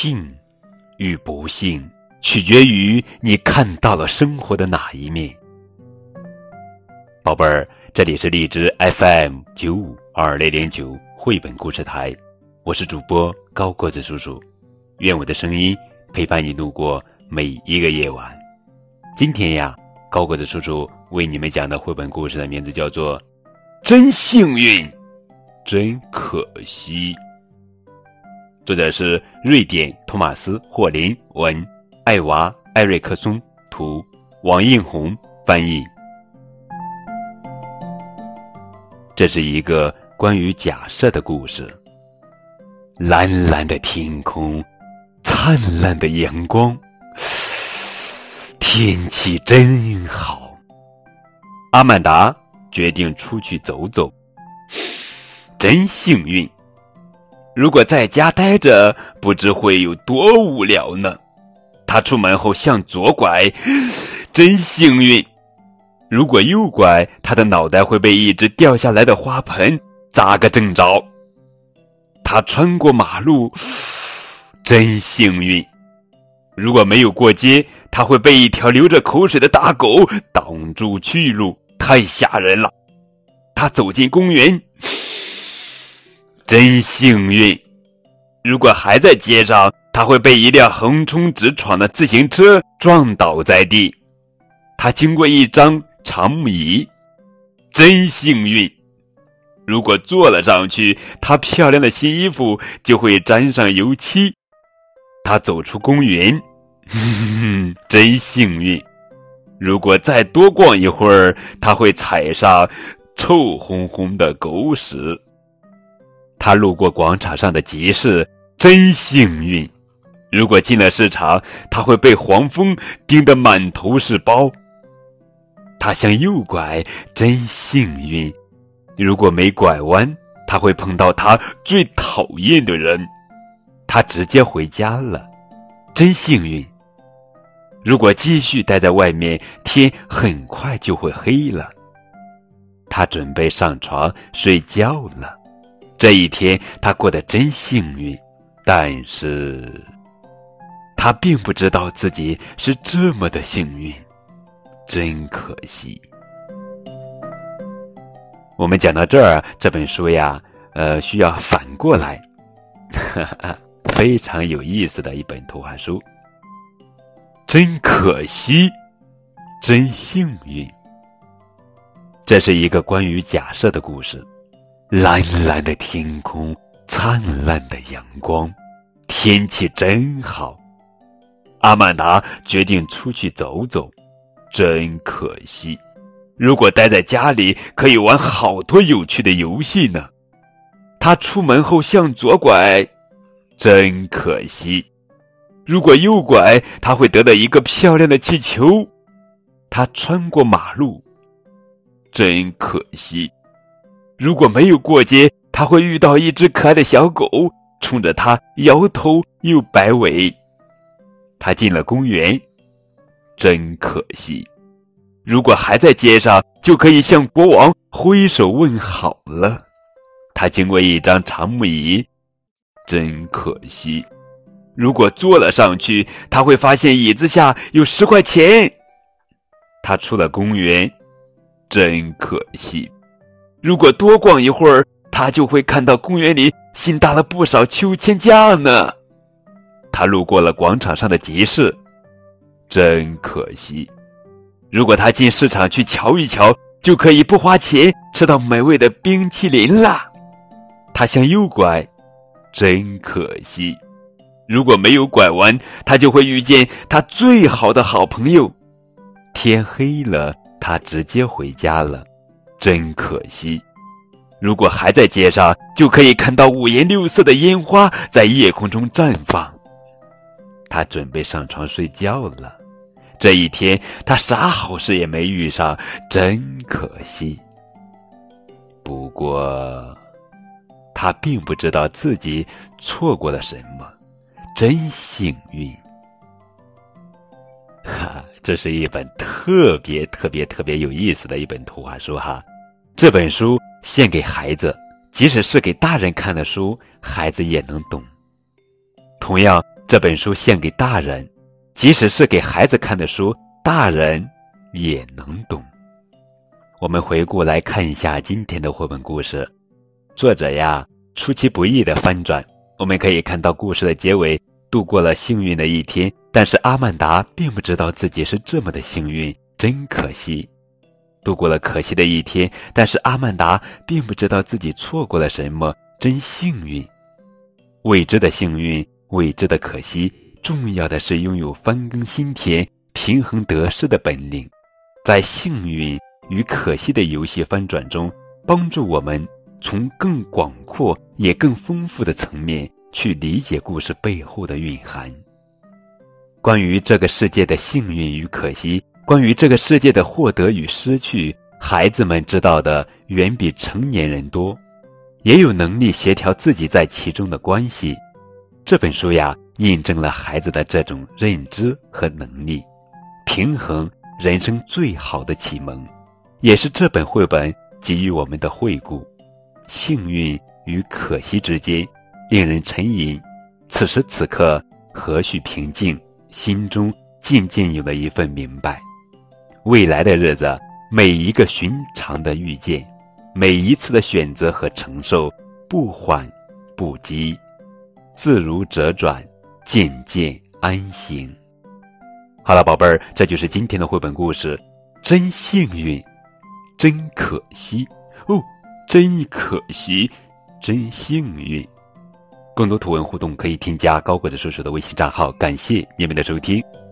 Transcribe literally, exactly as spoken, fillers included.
幸与不幸取决于你看到了生活的哪一面。宝贝儿，这里是荔枝 F M 九五二零零九绘本故事台，我是主播高个子叔叔，愿我的声音陪伴你度过每一个夜晚。今天呀，高个子叔叔为你们讲的绘本故事的名字叫做《真幸运，真可惜》。作者是瑞典托马斯·霍林文，艾娃·艾瑞克松图，王映红翻译。这是一个关于假设的故事。蓝蓝的天空，灿烂的阳光，天气真好。阿曼达决定出去走走，真幸运。如果在家待着，不知会有多无聊呢。他出门后向左拐，真幸运。如果右拐，他的脑袋会被一只掉下来的花盆砸个正着。他穿过马路，真幸运。如果没有过街，他会被一条流着口水的大狗挡住去路，太吓人了。他走进公园，真幸运。如果还在街上，他会被一辆横冲直闯的自行车撞倒在地。他经过一张长木椅，真幸运。如果坐了上去，他漂亮的新衣服就会沾上油漆。他走出公园，呵呵，真幸运。如果再多逛一会儿，他会踩上臭烘烘的狗屎。他路过广场上的集市，真幸运。如果进了市场，他会被黄蜂叮得满头是包。他向右拐，真幸运。如果没拐弯，他会碰到他最讨厌的人。他直接回家了，真幸运。如果继续待在外面，天很快就会黑了。他准备上床睡觉了。这一天他过得真幸运，但是他并不知道自己是这么的幸运，真可惜。我们讲到这儿，这本书呀，呃，需要反过来，哈哈，非常有意思的一本图画书。真可惜，真幸运。这是一个关于假设的故事。蓝蓝的天空，灿烂的阳光，天气真好。阿曼达决定出去走走，真可惜。如果待在家里，可以玩好多有趣的游戏呢。他出门后向左拐，真可惜。如果右拐，他会得到一个漂亮的气球。他穿过马路，真可惜。如果没有过街，他会遇到一只可爱的小狗，冲着他摇头又摆尾。他进了公园，真可惜。如果还在街上，就可以向国王挥手问好了。他经过一张长木椅，真可惜。如果坐了上去，他会发现椅子下有十块钱。他出了公园，真可惜。如果多逛一会儿，他就会看到公园里新搭了不少秋千架呢。他路过了广场上的集市，真可惜。如果他进市场去瞧一瞧，就可以不花钱吃到美味的冰淇淋啦。他向右拐，真可惜。如果没有拐弯，他就会遇见他最好的好朋友。天黑了，他直接回家了，真可惜。如果还在街上，就可以看到五颜六色的烟花在夜空中绽放。他准备上床睡觉了。这一天他啥好事也没遇上，真可惜。不过他并不知道自己错过了什么，真幸运。哈，这是一本特别特别特别有意思的一本图画书哈。这本书献给孩子，即使是给大人看的书，孩子也能懂。同样， 这本书献给大人，即使是给孩子看的书，大人也能懂。我们回顾来看一下今天的绘本故事，作者呀出其不意的翻转。我们可以看到故事的结尾，度过了幸运的一天，但是阿曼达并不知道自己是这么的幸运，真可惜。度过了可惜的一天，但是阿曼达并不知道自己错过了什么，真幸运。未知的幸运，未知的可惜，重要的是拥有翻耕心田、平衡得失的本领，在幸运与可惜的游戏翻转中，帮助我们从更广阔也更丰富的层面去理解故事背后的蕴含。关于这个世界的幸运与可惜，关于这个世界的获得与失去，孩子们知道的远比成年人多，也有能力协调自己在其中的关系。这本书呀，印证了孩子的这种认知和能力，平衡人生最好的启蒙，也是这本绘本给予我们的惠顾。幸运与可惜之间，令人沉吟。此时此刻，何须平静，心中渐渐有了一份明白。未来的日子，每一个寻常的遇见，每一次的选择和承受，不缓不急，自如折转，渐渐安行。好了，宝贝儿，这就是今天的绘本故事。真幸运，真可惜哦，真可惜，真幸运。更多图文互动可以添加高个子叔叔的微信账号，感谢你们的收听。